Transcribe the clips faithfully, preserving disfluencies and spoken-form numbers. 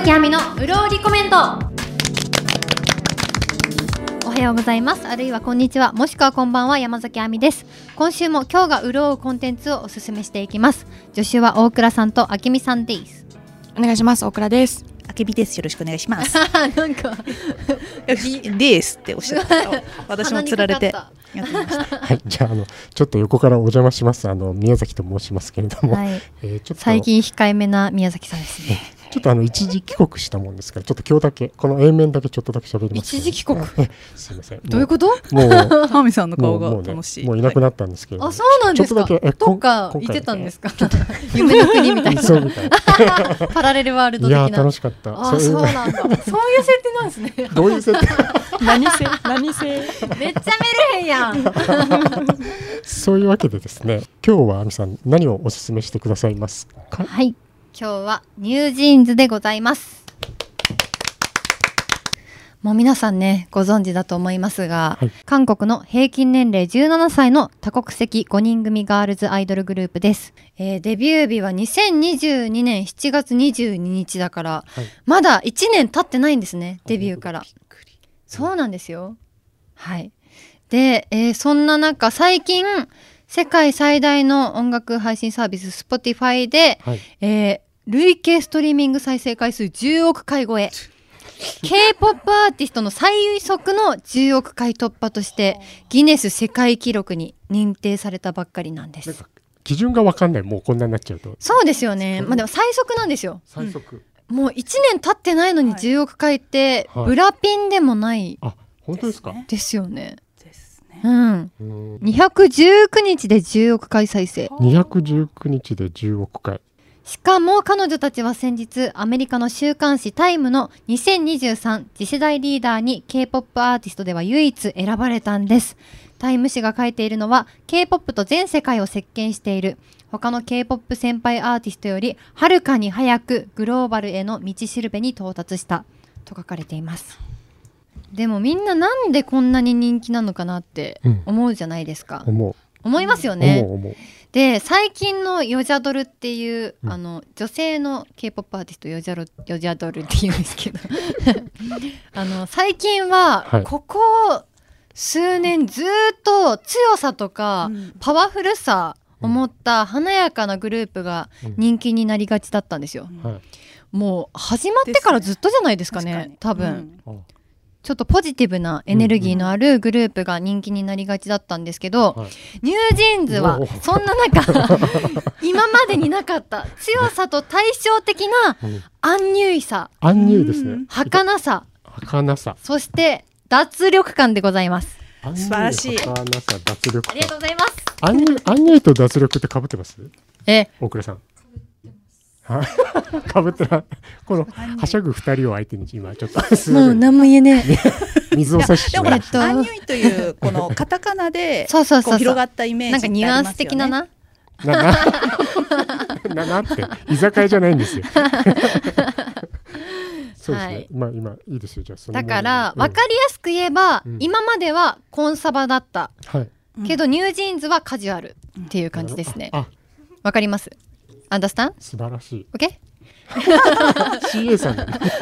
崎亜美のうろうりコメント。おはようございます、あるいはこんにちは、もしくはこんばんは。山崎亜美です。今週も今日が潤うコンテンツをおすすめしていきます。助手は大倉さんとあけみさんです。 お願いします。大倉です。 あけびです。よろしくお願いします。 なんかですっておっしゃった私もつられてやってましたはい、じゃあ、あのちょっと横からお邪魔します。あの宮崎と申しますけれども、 はい、 えー、ちょっと最近控えめな宮崎さんですね。 ちょっとあの一時帰国したもんですから、ちょっと今日だけこの A 面だけちょっとだけ喋ります、ね、 一時帰国すいません。 どういうこと？ もうハミさんの顔が楽しい。 もう、ね、もういなくなったんですけど、ね、 あ、そうなんですか。 ちょっとだけどっか行ってたんですか。夢の国みたいな。 そうみたいなパラレルワールド的な。 いや楽しかった。 あ、そうなんだ。そういう設定なんですね。 どういう設定？ 何せ何せめっちゃメルヘンやん。 そういうわけでですね、今日は亜美さん何をおすすめしてくださいますか？ はい、今日はニュージーンズでございます。もう皆さんねご存知だと思いますが、はい、韓国の平均年齢じゅうななさいの多国籍ごにん組ガールズアイドルグループです。えー、デビュー日はにせんにじゅうにねんしちがつにじゅうににちだから、はい、まだいちねん経ってないんですね、デビューから。そうなんですよ。はい。で、えー、そんな中最近世界最大の音楽配信サービス Spotify で、はい、えー、累計ストリーミング再生回数じゅうおくかい超えK-ポップ アーティストの最速のじゅうおくかい突破としてギネス世界記録に認定されたばっかりなんです。 なんか基準が分かんない。もうこんなになっちゃうと。 そうですよね。まあでも最速なんですよ。 最速、 うん、もういちねん経ってないのにじゅうおくかいって、はい、ブラピンでもない、 はい、あ、本当ですか？ ですよね。 ですね。 うん。にひゃくじゅうくにちでじゅうおくかい再生。 にひゃくじゅうくにちでじゅうおくかい。 しかも彼女たちは先日アメリカの週刊誌タイムのにせんにじゅうさん次世代リーダーに K-ポップ アーティストでは唯一選ばれたんです。タイム誌が書いているのは K-ポップ と全世界を席巻している他の K-ポップ 先輩アーティストよりはるかに早くグローバルへの道しるべに到達したと書かれています。でもみんななんでこんなに人気なのかなって思うじゃないですか、 うん、思う思いますよね。 思う思う。 で最近のヨジャドルっていう、うん、あの女性の K-ポップ アーティストヨジャロヨジャドルって言うんですけどあの最近はここ数年ずっと強さとか、うん、パワフルさを持った華やかなグループが人気になりがちだったんですよ、うんはい、もう始まってからずっとじゃないですかね、ね多分、うん、ちょっとポジティブなエネルギーのあるグループが人気になりがちだったんですけど、うんうん、ニュージーンズはそんな中今までになかった強さと対照的なアンニュイさ、 アンニュイですね、 儚さ、 儚さ、 そして脱力感でございます。 素晴らしい。 儚さ、脱力感。 ありがとうございます。 アンニュイ、アンニュイと脱力って被ってます？ え、 大倉さん。かぶってない。このはしゃぐふたりを相手に今ちょっともう何も言えねえ水を差しでも、えっと、アンニュイというこのカタカナでそうそうそうそう広がったイメージってありますよね。なんかニュアンス的なななななって居酒屋じゃないんですよそうですね、はい、まあ今いいですよ。じゃあそのだから分かりやすく言えば、うん、今まではコンサバだった、はい、けどニュージーンズはカジュアルっていう感じですね。わ、うん、かります？アンダースタン？ 素晴らしい。 OK？ シーエー さんだねなる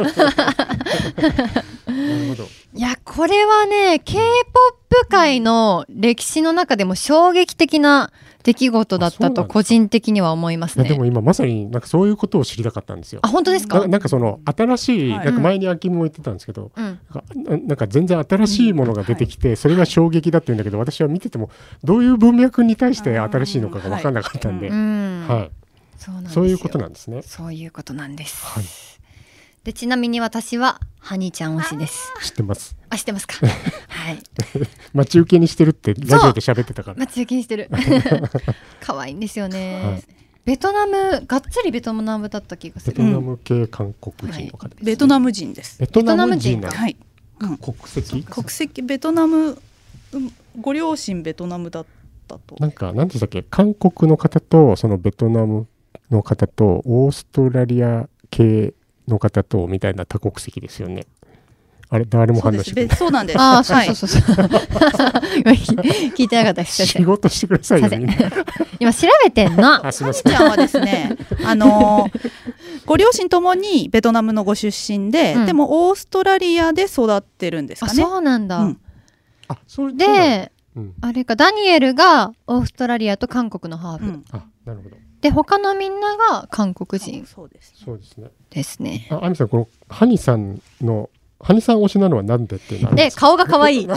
ほど。 いやこれはね K-ポップ 界の歴史の中でも衝撃的な出来事だったと個人的には思いますね。 でも今まさになんかそういうことを知りたかったんですよ。 あ、本当ですか？ な, なんかその新しい、はい、なんか前にアキも言ってたんですけど、うん、なんか、なんか全然新しいものが出てきて、うんはい、それが衝撃だって言うんだけど、私は見ててもどういう文脈に対して新しいのかが分からなかったんで、はい、うんはい、そうなんですよ。そういうことなんですね。 そういうことなんです、はい。でちなみに私はハニーちゃん推しです。 知ってます。 あ、知ってますかはい待ち受けにしてるってラジオで喋ってたから。 待ち受けにしてる可愛いんですよね、はい、ベトナムがっつりベトナムだった気がする。 ベトナム系韓国人の方です、ねはい、 ベトナム人です。 ベトナム人はい、 うん、国籍国籍ベトナム、ご両親ベトナムだったと。 なんか何でしたっけ、韓国の方とそのベトナムの方とオーストラリア系の方とみたいな多国籍ですよね。 あれ誰も反応してくれない。 そうなんです。 ああ、そうそうそうそう。聞いてなかったです。 仕事してくださいよ。 今調べてんの。 あ、すみません。ちゃんはですね、あのー、ご両親ともにベトナムのご出身で、うん、でもオーストラリアで育ってるんですかね。 あ、そうなんだ。うん、 あ、それで、うん、あれかダニエルがオーストラリアと韓国のハーフ。うん、 あ、なるほど。 で他のみんなが韓国人。 そうですね。 そうですね。 ですね。 あ、アミさん、このハニさんのハニさん推しなのはなんでっていうのは。 で、顔が可愛い。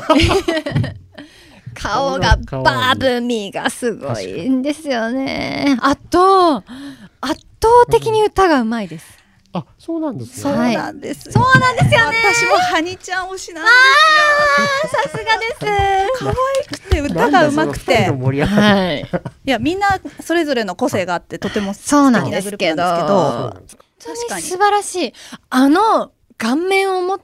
顔がバブミがすごいんですよね。圧倒圧倒的に歌がうまいです。 あ、そうなんですね。 そうなんです。 そうなんですよね。 私もハニちゃん推しなんですよ。さすがです。 可愛くて歌がうまくて、 はい。いやみんなそれぞれの個性があってとてもそうなんですけど、確かに素晴らしい。あの顔面を持って、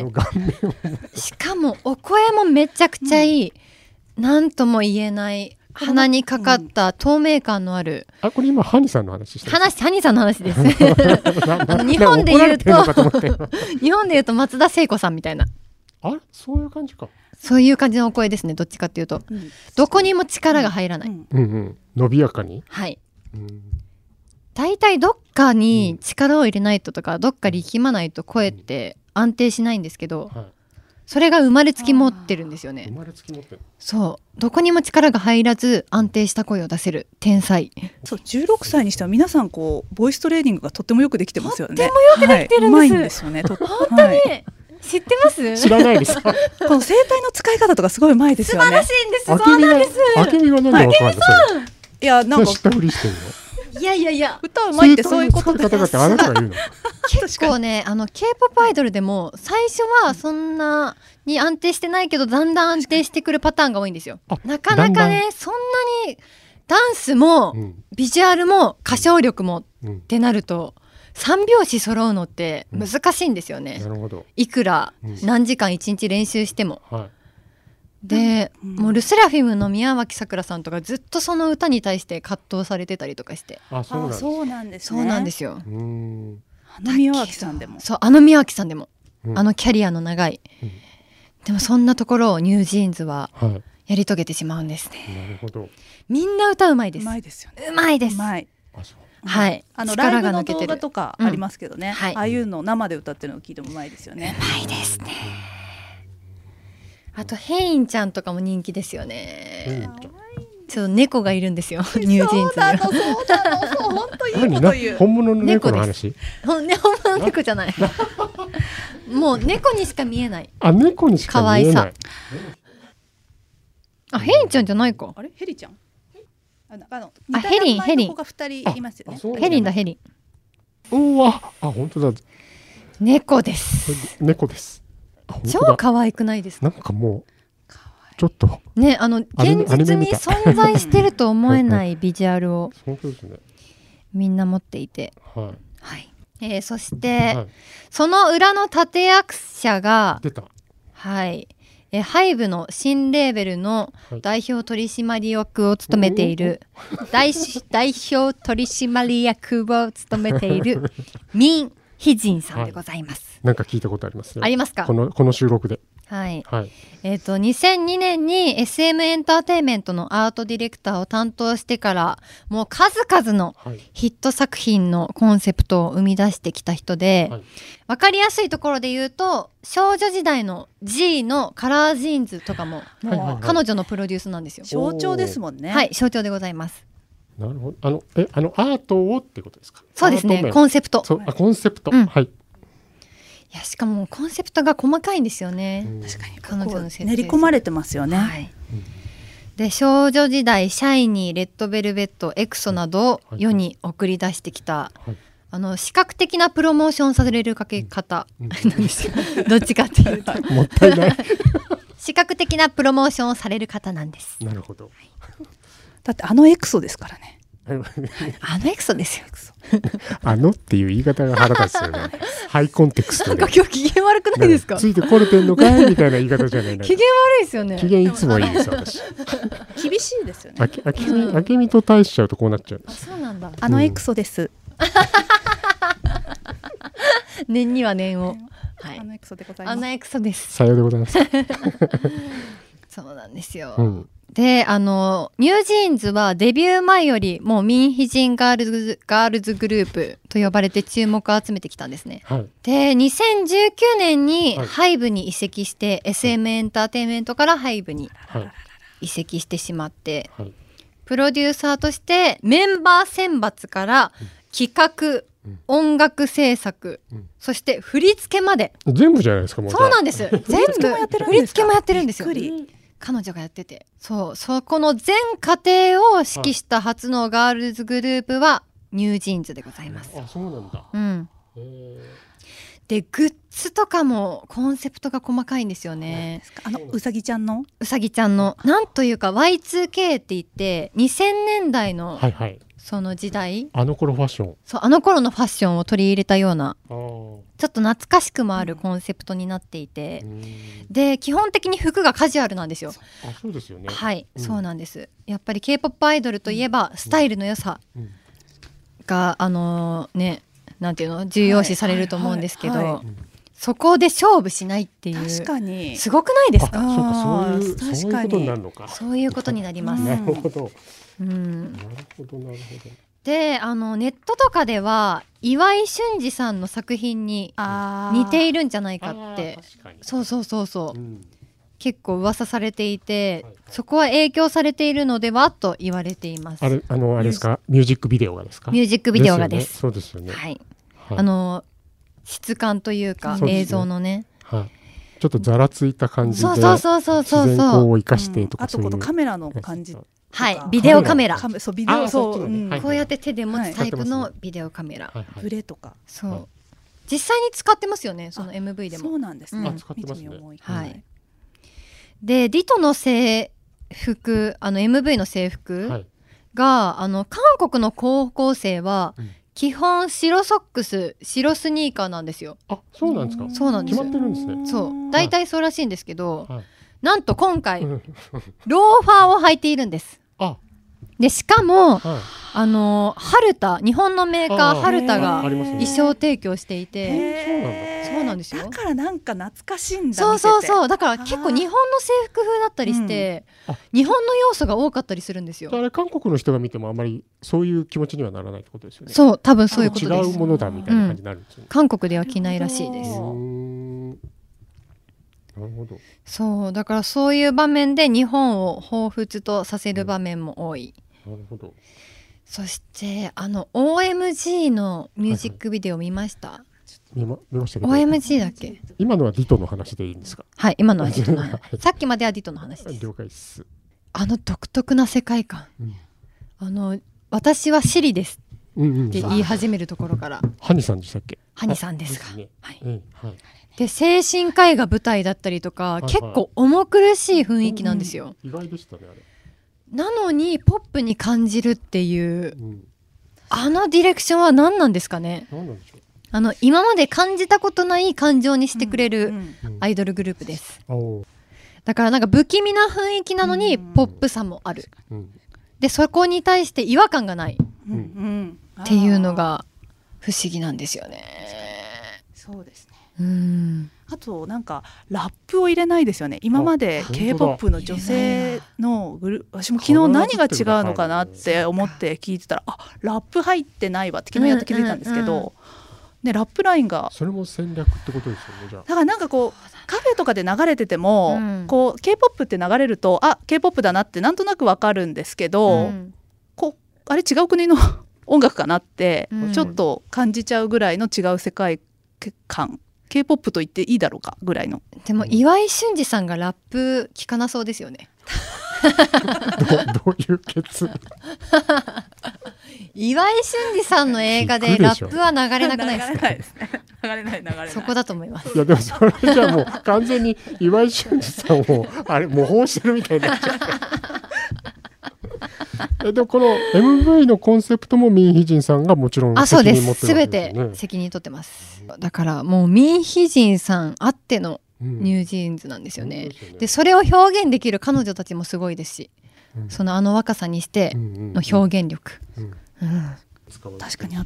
しかもお声もめちゃくちゃいい。なんとも言えない鼻にかかった透明感のある、 うん、あ、これ今ハニさんの話してる。 話ハニさんの話です。あの日本で言うと日本で言うと松田聖子さんみたいな、 あ、そういう感じか。 そういう感じのお声ですね。どっちかっていうと、うん、どこにも力が入らない、うんうんうん、伸びやかに、 はい、うん、だいたいどっかに力を入れないととか、どっか力まないと声って安定しないんですけど、はい、それが生まれつき持ってるんですよね。 生まれつき持ってる。そう、 どこにも力が入らず安定した声を出せる天才。 そう、じゅうろくさいにしては皆さんこうボイストレーニングがとってもよくできてますよね。 とってもよくできてるんです。はい、うまいんですよね。 本当に、はい、知ってます？ 知らないです。この声帯の使い方とかすごいうまいですよね。 素晴らしいんです。そうなんです。 あけみが何でわかるの？ いや、なんか知ったふりしてるの。 いやいやいや、 歌うまいってそういうことです。 あなたが言うの。 結構ね、あの K-ポップ アイドルでも最初はそんなに安定してないけど、だんだん安定してくるパターンが多いんですよ。なかなかね、そんなにダンスもビジュアルも歌唱力もってなると三拍子揃うのって難しいんですよね。 なるほど。 いくら何時間一日練習しても。はい、で、うん、もうルセラフィムの宮脇さくらさんとかずっとその歌に対して葛藤されてたりとかして。 あ、そうなんですね。 そうなんですよ。 うーん、あの宮脇さんでも。 そう、あの宮脇さんでも、うん、あのキャリアの長い、うん、でもそんなところをニュージーンズはやり遂げてしまうんですね。 はい、なるほど。 みんな歌うまいです。 うまいですよね。 うまいです。 うまい。 あ、そう。 はい、 あのライブの動画とかありますけどね、うん、はい、ああいうのを生で歌ってるのを聞いてもうまいですよね。 うまいですね。あとヘインちゃんとかも人気ですよね。ちょっと猫がいるんですよ、ニュージーンズには。 そうなの、そうなの、そう、本当いいこと言う。 本物の猫の話。 ほん、ね、本物の猫じゃない。もう猫にしか見えない。 あ、猫にしか見えない。可愛さ。 あ、ヘインちゃんじゃないか。 あれ、ヘリちゃん。あの、 あ、ヘリン、ヘリン。ヘリンだ、ヘリン。 うわ、あ、本当だ。 猫です。 猫です。 超可愛くないですか。 なんかもうちょっとね、あの現実に存在してると思えないビジュアルをみんな持っていて、はい、はい、えー、そして、はい、その裏の立役者が出た、はい、 えー、ハイブの新レーベルの代表取締役を務めている、はい、代表取締役を務めているミン・ヒジンさんでございます。 はい、なんか聞いたことありますね。 ありますか。 このこの収録で。 はい。はい、えっとにせんにねんに エスエム エンターテインメントのアートディレクターを担当してからもう数々のヒット作品のコンセプトを生み出してきた人で、はい、分かりやすいところで言うと少女時代の G のカラージーンズとかももう彼女のプロデュースなんですよ。 象徴ですもんね。 はい、象徴でございます。 なるほど。あのえあのアートをってことですか。 そうですね。コンセプト。 そう、あ、コンセプト。うん、はい。 いや、しかもコンセプトが細かいんですよね。 確かに彼女の設定練り込まれてますよね。 はい、で少女時代シャイニー、レッドベルベット、エクソなどを世に送り出してきた、はい、あの視覚的なプロモーションされるかけ方、うん、なんですよ。どっちかっていうともったいない視覚的なプロモーションをされる方なんです。 なるほど。 だってあのエクソですからね。 あのエクソですよ。 あのっていう言い方が腹立つよね。ハイコンテクストで。 なんか今日機嫌悪くないですか。 ついてこれてんのかいみたいな言い方じゃない。 機嫌悪いですよね。 機嫌いつもいいです私。 厳しいですよね。 あけあけみあけみと対しちゃうとこうなっちゃう。 あ、そうなんだ。 あのエクソです。 念には念を。 はい、 アナエクソでございます。 アナエクソです。 さようでございます。 そうなんですよ。 うん、 で、あのニュージーンズはデビュー前よりもうミンヒジンガールズガールズグループと呼ばれて注目を集めてきたんですね。 はい、 で、にせんじゅうきゅうねんにハイブに移籍して、はい、エスエム エンターテインメントからハイブに移籍してしまって、はい、プロデューサーとしてメンバー選抜から企画、うん、音楽制作、うん、そして振り付けまで全部じゃないですか。もうそうなんです。全部振り付けもやってるんですよ。彼女がやってて、そうそこの全過程を指揮した初のガールズグループはニュージーンズでございます。 あ、そうなんだ。 うん、へでグッズとかもコンセプトが細かいんですよね。 あのうさぎちゃんのうさぎちゃんのなんというか ワイツーケー って言ってにせんねんだいの、はいはい、その時代、 あの頃ファッション、 そうあの頃のファッションを取り入れたようなちょっと懐かしくもあるコンセプトになっていて、うん、で基本的に服がカジュアルなんですよ。 あ、そうですよね。 はい、うん、そうなんです。やっぱり K-ポップ アイドルといえばスタイルの良さが、あのー、ねなんていうの重要視されると思うんですけど、はいはいはい、そこで勝負しないっていう、 確かにすごくないですか。 そうか、そういうそういうことになるのか。 そういうことになります。 なるほど、 うん、 なるほどなるほど。 で、あのネットとかでは岩井俊二さんの作品に似ているんじゃないかって、そうそうそうそう、うん、結構噂されていて、はいはい、そこは影響されているのではと言われています。 あれ、あのあれですか、ミュージックビデオがですか。 ミュージックビデオがです。 そうですよね。 はい、はい、あの質感というか、ね、映像のね、 はい、ちょっとざらついた感じで、 そうそうそうそうそう、 自然光を生かしてとか、 うん、あとこのカメラの感じ、 はい、ビデオカメラ、 そうビデオ、そう、うんはい、こうやって手で持つタイプのビデオカメラ、 はい、ブレとか、 そう、はい、実際に使ってますよね、その エムブイ でも。 そうなんですね、 うん、使ってますね。 はい、でディトの制服、あの エムブイ の制服が、はい、あの韓国の高校生は、うん、基本白ソックス、白スニーカーなんですよ。 あ、そうなんですか。 そうなんです。 決まってるんですね。 そう、大体そうらしいんですけど、 はい、 なんと今回ローファーを履いているんです。 あ、 でしかも、 はい、 あのハルタ、日本のメーカーハルタが衣装提供していて、そうなんですよ。 だからなんか懐かしいんだ。 そうそうそう、だから結構日本の制服風だったりして、うん、日本の要素が多かったりするんですよ。 あれ韓国の人が見てもあまりそういう気持ちにはならないってことですよね。 そう、多分そういうことです。 違うものだみたいな感じになるんですよね。 うん、韓国では着ないらしいです。 なるほど。 そうだからそういう場面で日本を彷彿とさせる場面も多い、 うん、なるほど。 そしてあの オーエムジー のミュージックビデオ見ました？はいはい、 見ま、見ましたけどオーエムジー だっけ。 今のはディトの話でいいんですか？はい、 今のはディトの話さっきまではディトの話です。 了解です。 あの独特な世界観、うん、あの私はシリですって言い始めるところから、うんうん、 ハニさんでしたっけ？ ハニさんですか、 ね、はい、 うんはい、で精神科医が舞台だったりとか、はいはい、結構重苦しい雰囲気なんですよ、 うん、意外でしたねあれ。 なのにポップに感じるっていう、うん、あのディレクションは何なんですかね。 何なんでしょう。 あの今まで感じたことない感情にしてくれるアイドルグループです、うんうん、だからなんか不気味な雰囲気なのにポップさもある、うん、でそこに対して違和感がない、うん、っていうのが不思議なんですよね。 そうですね。 うん、 あとなんかラップを入れないですよね。今まで K-ポップ の女性のグル、私も昨日何が違うのかなって思って聞いてたら、あ、ラップ入ってないわって昨日やって気づいたんですけど、うんうんうん、ね、ラップラインがそれも戦略ってことですよね。じゃあだからなんかこうカフェとかで流れてても、うん、こう K-ポップ って流れると、あ、K-ポップ だなってなんとなくわかるんですけど、うん、こうあれ違う国の音楽かなって、うん、ちょっと感じちゃうぐらいの違う世界観、K-ポップ と言っていいだろうかぐらいの。 でも岩井俊二さんがラップ聞かなそうですよね。 ど, どういうケツ岩井俊二さんの映画でラップは流れなくないですか？ 流れないですね。流れない流れない。そこだと思います。 いやでもそれじゃあもう完全に岩井俊二さんをあれ模倣してるみたいになっちゃう。えでもこの エムブイ のコンセプトもミンヒジンさんがもちろん責任持ってるわけですよね。 あ、そうです。全て責任取ってます。だからもうミンヒジンさんあってのニュージーンズなんですよね。うん、でそれを表現できる彼女たちもすごいですし、うん、そのあの若さにしての表現力、うんうんうん、 確かに。あと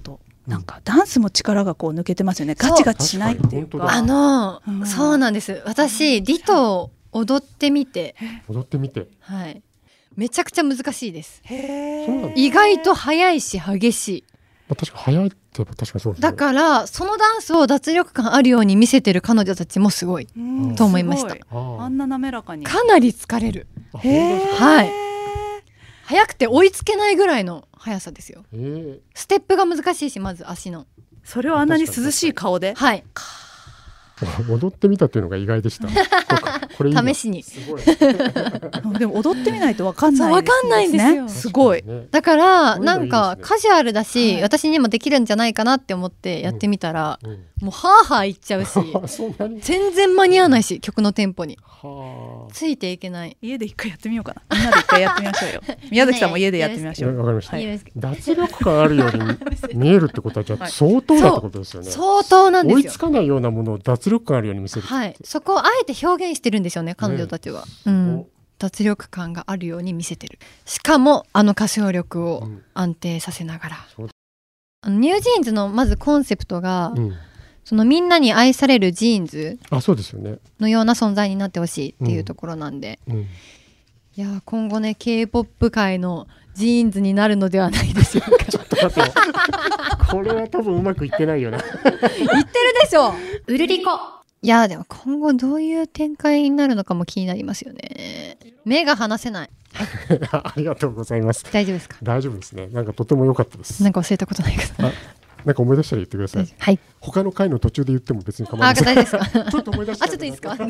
なんかダンスも力がこう抜けてますよね。ガチガチしないっていうか。 あの、うん、そうなんです。私リトを踊ってみて踊ってみて、 はい、めちゃくちゃ難しいです。 へー意外と速いし激しい。 確か速いって確かそうですね。 だからそのダンスを脱力感あるように見せてる彼女たちもすごいと思いました。 あんな滑らかにかなり疲れる。 へーはい。速くて追いつけないぐらいの速さですよ。ステップが難しいし、まず足の。 それをあんなに涼しい顔で。 はい。 踊ってみたっていうのが意外でした。 これいい試しに。 すごいでも踊ってみないと分かんないですね。 分かんないんですよ。 すごい。 だからなんかカジュアルだし、はい、私にもできるんじゃないかなって思ってやってみたら、うんうん、もうハーハーいっちゃうし全然間に合わないし、曲のテンポについていけない。 家で一回やってみようかな。みんなで一回やってみましょうよ。宮崎さんも家でやってみましょう。 わかりました、はい、脱力感あるように見えるってことはじゃあ相当だってことですよね。 相当なんですよ。 追いつかないようなものを脱力感あるように見せる。 はい、そこをあえて表現してるんですよね、彼女たちは、ね、うん、脱力感があるように見せてる。しかもあの歌唱力を安定させながら、うん、あのニュージーンズのまずコンセプトが、うん、そのみんなに愛されるジーンズのような存在になってほしいっていうところなんで、うんうん、いや今後ね K-ポップ 界のジーンズになるのではないでしょうか。 ちょっと待ってこれは多分うまくいってないよな。 言ってるでしょ。ウルリコ。いやでも今後どういう展開になるのかも気になりますよね。目が離せない。 ありがとうございます。 大丈夫ですか？ 大丈夫ですね。なんかとても良かったです。 なんか忘れたことないけど。 なんか思い出したら言ってください。 はい。 他の回の途中で言っても別に構いません。 あ、大丈夫ですか？ ちょっと思い出した。 あ、ちょっといいですか？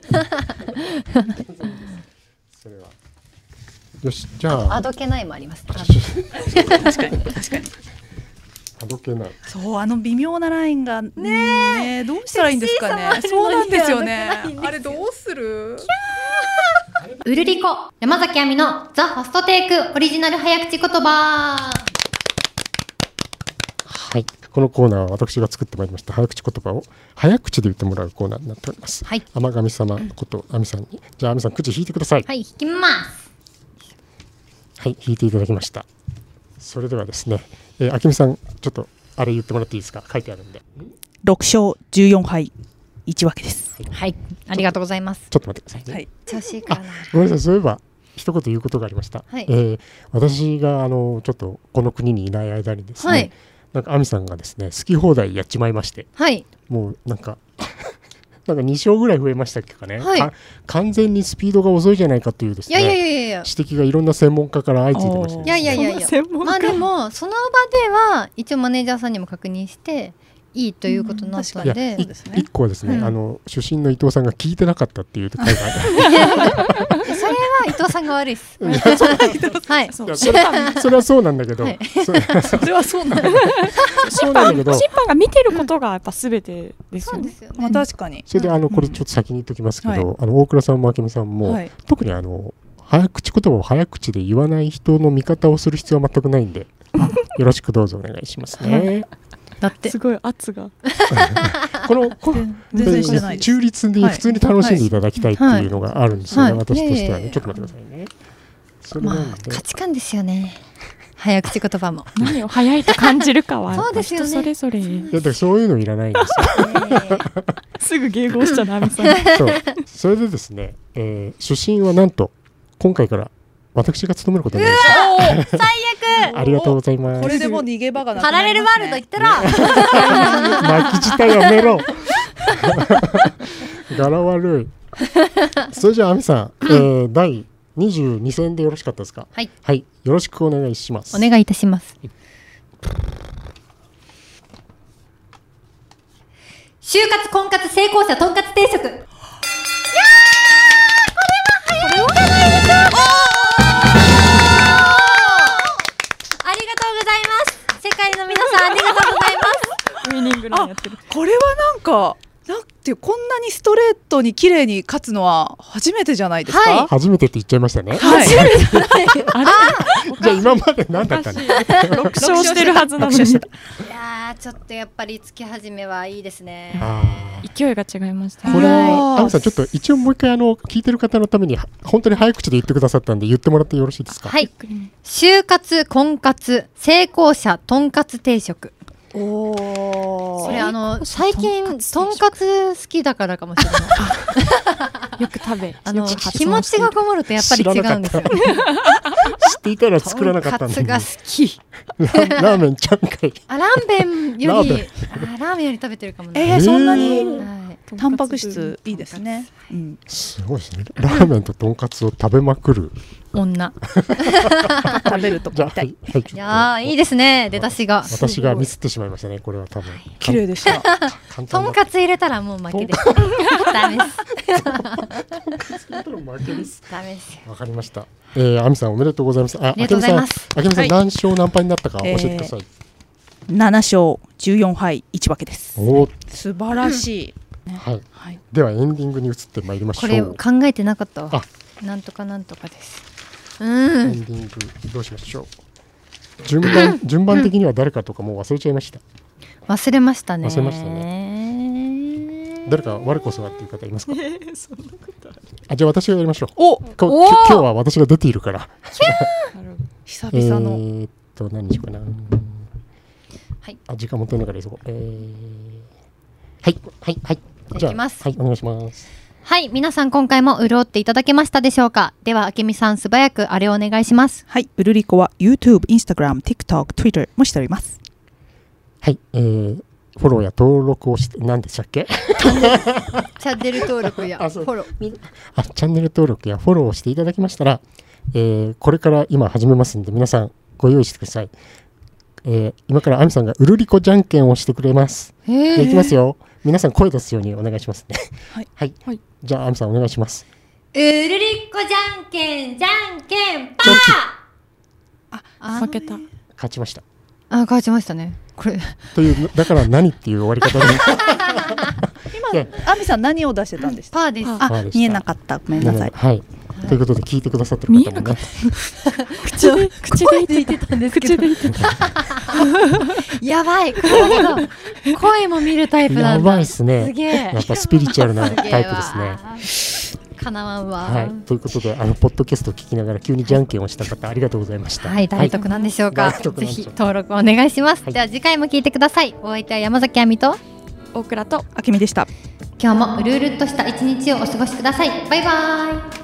それは。よし、じゃあ。 あどけないもあります。 確かに確かに。 あどけない。 そう、あの微妙なラインがね, ねどうしたらいいんですかね。そうなんですよね。あれどうする？ ウルリコ山崎亜美のザ・ファストテイクオリジナル早口言葉。 はい、このコーナーは私が作ってまいりました早口言葉を早口で言ってもらうコーナーになっております。はい、天神様こと亜美さんに、じゃあ亜美さん口引いてください。 はい、引きます。 はい、引いていただきました。それではですね、えー、あきみさんちょっとあれ言ってもらっていいですか？書いてあるんで。 ろく勝じゅうよん敗いち分けです。 はい、はい、ありがとうございます。 ちょっと待ってくださいね。 はい、 調子いいからな。 ごめんなさい、そういえば一言言うことがありました。はい、えー、私があのちょっとこの国にいない間にですね、はい、なんか亜美さんがですね好き放題やっちまいまして、はい、もうなんかなんかに勝ぐらい増えましたっけかね、はい、か完全にスピードが遅いじゃないかというですね、いやいやいやいや指摘がいろんな専門家から相次いでました、ね、 いやいやいやいや、まあでもその場では一応マネージャーさんにも確認していいということになったんで、 一個はですね、うん、あの出身の伊藤さんが聞いてなかったっていう回がある。それは伊藤さんが悪いです。はい。 それそれはそうなんだけど、はい、 それはそうなんだ。 そうなんだけど、 審判が見てることがやっぱすべてですよね。 まあ確かに。 それであのこれちょっと先に言っときますけど、うん、あの大倉さんも明美さんも、はい、特にあの早口言葉を早口で言わない人の味方をする必要は全くないんで、よろしくどうぞお願いしますね。 だってすごい圧がこのこの中立に普通に楽しんでいただきたいっていうのがあるんですよね、はいはい、私としてはね。ちょっと待ってくださいね。それなんで、まあ、 価値観ですよね。早口言葉も何を早いと感じるかはそうですよね、 人それぞれ。いやだそういうのいらないんですよ。 すぐ迎合しちゃなみさん。 そうそれでですね、えー、出身はなんと今回から私が務めることになりました。最悪。ありがとうございます。 これでも逃げ場がなくなパラレルワールド行ったら巻き舌やめろ。柄悪い。それじゃあ亜美さん、えー、だいにじゅうに戦でよろしかったですか？はい、はい、よろしくお願いします。 お願いいたします。就活婚活成功者とんかつ定食。いやー、これは早いんじゃないですか。ありがとうございます。世界の皆さんありがとうございます。 ウィニングランやってる。 これはなんかなんてこんなにストレートに綺麗に勝つのは初めてじゃないですか？はい、 初めてって言っちゃいましたね。 はい、 初めてじゃない。じゃあ今まで何だったんですか？ ろく勝してるはずなのに。いやちょっとやっぱり月始めはいいですね。 勢いが違いました。 これは亜美さんちょっと一応もう一回あの聞いてる方のために本当に早口で言ってくださったんで言ってもらってよろしいですか？ はい。就活婚活成功者とんかつ定食。 おそれあの最近とんかつ好きだからかもしれないよく食べあの気持ちがこもるとやっぱり違うんですよね知っていたら作らなかったんだとんかつが好きラーメンちゃんかいあラーメンよりラーメンあラーメンより食べてるかもねえー、そんなに、 はいタンパク質いいですね、うん、 すごいですね。ラーメンととんかつを食べまくる女食べるとこみたい。 はい、 いやーいいですね出だしが私がミスってしまいましたね。これは多分綺麗でしたとんかつ入れたらもう負けですダメですダメですわかりました。えー、あみさんおめでとうございます。あ、 ありがとうございますあけみさん、 はい、 何勝何敗になったか教えてください。 えー、なな勝じゅうよん敗いち分けです。 お素晴らしい、 ね、はい、 はい、 ではエンディングに移ってまいりましょう。 これ考えてなかったわ。なんとかなんとかです。うん。 エンディングどうしましょう。順番順番的には誰かとかもう忘れちゃいました。 忘れましたね。 忘れましたね。誰か我こそはっていう方いますか。えー、そんなことある。あ、じゃあ私がやりましょう。 お、 お今日は私が出ているから。 久々の。 えーっと何にしようかな。 はい。 あ、時間もったいないからいいぞ。えー、はいはいはい。 じゃあいきます。 はいお願いします。 はい、皆さん今回も潤っていただけましたでしょうか。ではあけみさん素早くあれをお願いします。 はい、うるりこは YouTube、Instagram、TikTok、Twitter もしております。 はい、えー、フォローや登録をして何でしたっけ？ チャンネル登録やフォローあ、チャンネル登録やフォローをしていただきましたら、えー、これから今始めますんで皆さんご用意してください。えー、今からあみさんがうるりこじゃんけんをしてくれます。でいきますよ。皆さん声出すようにお願いしますね。はい、はいはい、じゃああみさんお願いします。 うるりこじゃんけんじゃんけんパー。 あ、負けた。 勝ちました。 あ、勝ちましたね。これというだから何っていう終わり方で今あみさん何を出してたんですか。 パーです。 あ、見えなかった。ごめんなさい。 はい。ということで聞いてくださってる方もね。 口で口で言ってたんですけど。やばい。声も見るタイプなんだ。 やばいですね。 すげえ。 やっぱスピリチュアルなタイプですね。 かなわんわ。 はい。ということであのポッドキャストを聞きながら急にじゃんけんをした方ありがとうございました。 はい。誰得なんでしょうか。ぜひ登録お願いします。では次回も聞いてください。お相手は山崎亜美と大倉とあけみでした。 今日もうるうるっとした一日をお過ごしください。バイバイ。